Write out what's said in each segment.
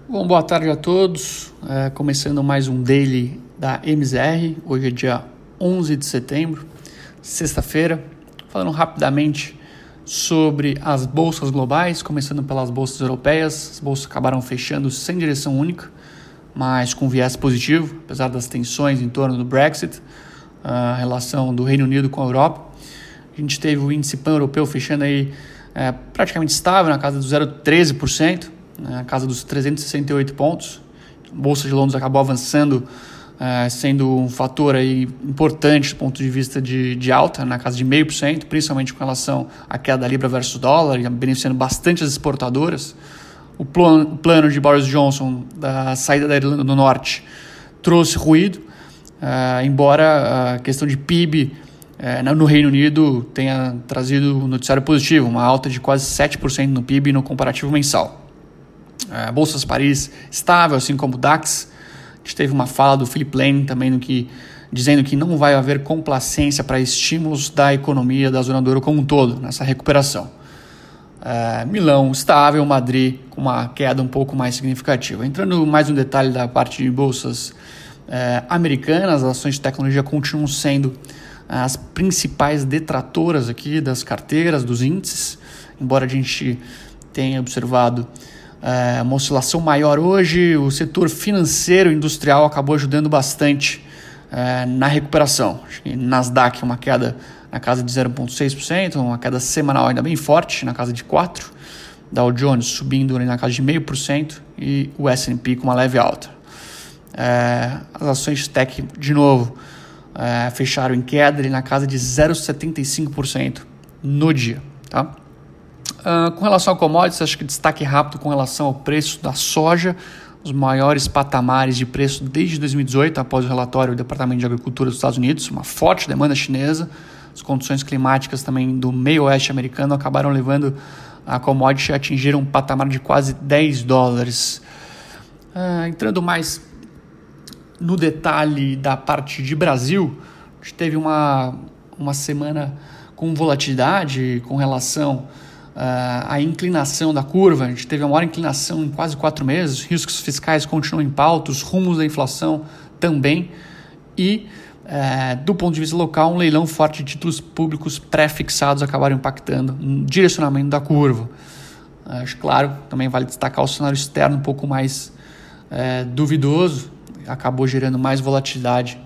Bom, boa tarde a todos. Começando mais um Daily da MZR. Hoje é dia 11 de setembro, sexta-feira. Falando rapidamente sobre as bolsas globais, começando pelas bolsas europeias. As bolsas acabaram fechando sem direção única, mas com viés positivo, apesar das tensões em torno do Brexit, a relação do Reino Unido com a Europa. A gente teve o índice pan-europeu fechando aí praticamente estável, na casa do 0,13%. Na casa dos 368 pontos. A Bolsa de Londres acabou avançando, sendo um fator aí importante do ponto de vista de alta, na casa de 0,5%, principalmente com relação à queda da Libra versus dólar, beneficiando bastante as exportadoras. O plano de Boris Johnson da saída da Irlanda do Norte trouxe ruído, embora a questão de PIB no Reino Unido tenha trazido um noticiário positivo, uma alta de quase 7% no PIB no comparativo mensal. A Bolsa de Paris estável, assim como o DAX. A gente teve uma fala do Philip Lane também dizendo que não vai haver complacência para estímulos da economia da zona do euro como um todo nessa recuperação. Milão estável, Madrid com uma queda um pouco mais significativa. Entrando mais no detalhe da parte de bolsas americanas, as ações de tecnologia continuam sendo as principais detratoras aqui das carteiras, dos índices, embora a gente tenha observado uma oscilação maior hoje. O setor financeiro e industrial acabou ajudando bastante na recuperação. Acho que Nasdaq uma queda na casa de 0,6%, uma queda semanal ainda bem forte, na casa de 4%. Dow Jones subindo na casa de 0,5% e o S&P com uma leve alta. As ações de tech, de novo, fecharam em queda na casa de 0,75% no dia, tá? Com relação a commodities, acho que destaque rápido com relação ao preço da soja, os maiores patamares de preço desde 2018, após o relatório do Departamento de Agricultura dos Estados Unidos, uma forte demanda chinesa, as condições climáticas também do meio oeste americano acabaram levando a commodity a atingir um patamar de quase $10. Entrando mais no detalhe da parte de Brasil, a gente teve uma semana com volatilidade com relação a inclinação da curva. A gente teve a maior inclinação em quase 4 meses, os riscos fiscais continuam em pauta, os rumos da inflação também, e do ponto de vista local, um leilão forte de títulos públicos pré-fixados acabaram impactando no direcionamento da curva. Acho claro, também vale destacar o cenário externo um pouco mais duvidoso, acabou gerando mais volatilidade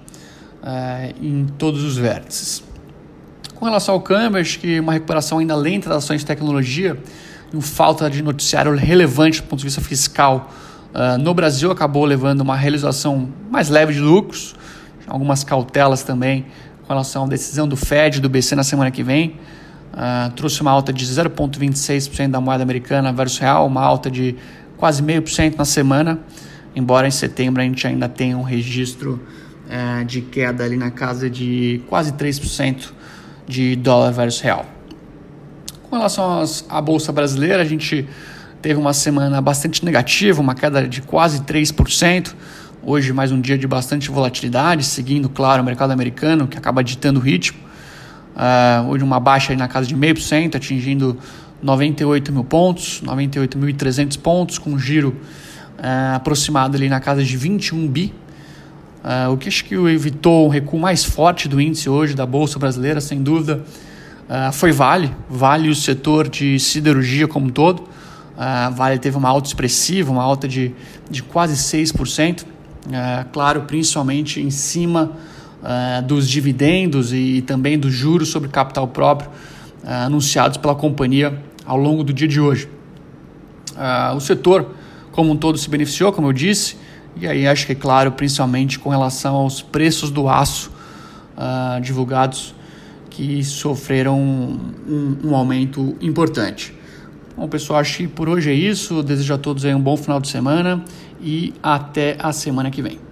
em todos os vértices. Com relação ao câmbio, acho que uma recuperação ainda lenta das ações de tecnologia e falta de noticiário relevante do ponto de vista fiscal no Brasil acabou levando uma realização mais leve de lucros, algumas cautelas também com relação à decisão do Fed e do BC na semana que vem. Trouxe uma alta de 0,26% da moeda americana versus real, uma alta de quase 0,5% na semana, embora em setembro a gente ainda tenha um registro de queda ali na casa de quase 3% de dólar versus real. Com relação à Bolsa Brasileira, a gente teve uma semana bastante negativa, uma queda de quase 3%. Hoje mais um dia de bastante volatilidade, seguindo, claro, o mercado americano, que acaba ditando o ritmo. Hoje uma baixa aí na casa de 0,5%, atingindo 98 mil pontos, 98.300 pontos, com um giro aproximado ali na casa de 21 bi. O que acho que evitou um recuo mais forte do índice hoje da Bolsa Brasileira, sem dúvida, foi Vale e o setor de siderurgia como um todo. Vale teve uma alta expressiva, uma alta de quase 6%, claro, principalmente em cima dos dividendos e também dos juros sobre capital próprio anunciados pela companhia ao longo do dia de hoje. O setor como um todo se beneficiou, como eu disse, e aí acho que é claro, principalmente com relação aos preços do aço divulgados, que sofreram um aumento importante. Bom, pessoal, acho que por hoje é isso. Desejo a todos aí um bom final de semana e até a semana que vem.